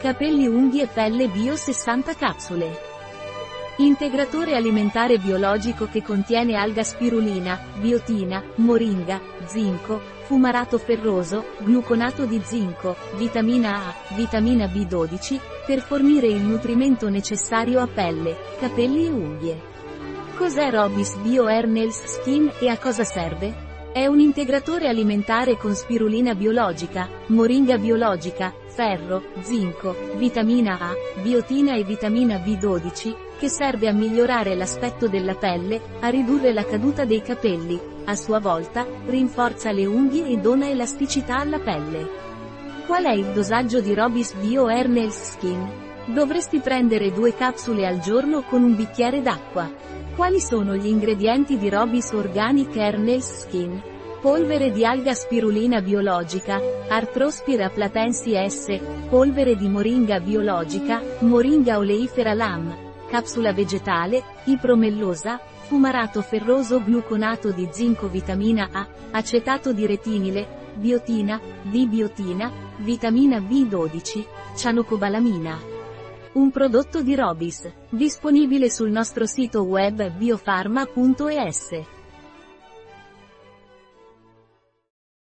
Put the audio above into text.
Capelli, unghie, pelle bio 60 capsule. Integratore alimentare biologico che contiene alga spirulina, biotina, moringa, zinco, fumarato ferroso, gluconato di zinco, vitamina A, vitamina B12, per fornire il nutrimento necessario a pelle, capelli e unghie. Cos'è Robis Bio Hair Nails Skin e a cosa serve? È un integratore alimentare con spirulina biologica, moringa biologica, ferro, zinco, vitamina A, biotina e vitamina B12, che serve a migliorare l'aspetto della pelle, a ridurre la caduta dei capelli, a sua volta, rinforza le unghie e dona elasticità alla pelle. Qual è il dosaggio di Robis Bio Hair Nails Skin? Dovresti prendere 2 capsule al giorno con un bicchiere d'acqua. Quali sono gli ingredienti di Robis Organic Hair Nails Skin? Polvere di alga spirulina biologica, Arthrospira platensis S, polvere di moringa biologica, moringa oleifera LAM, capsula vegetale, ipromellosa, fumarato ferroso, gluconato di zinco, vitamina A, acetato di retinile, biotina, D-biotina, vitamina B12, cianocobalamina. Un prodotto di Robis, disponibile sul nostro sito web biofarma.es.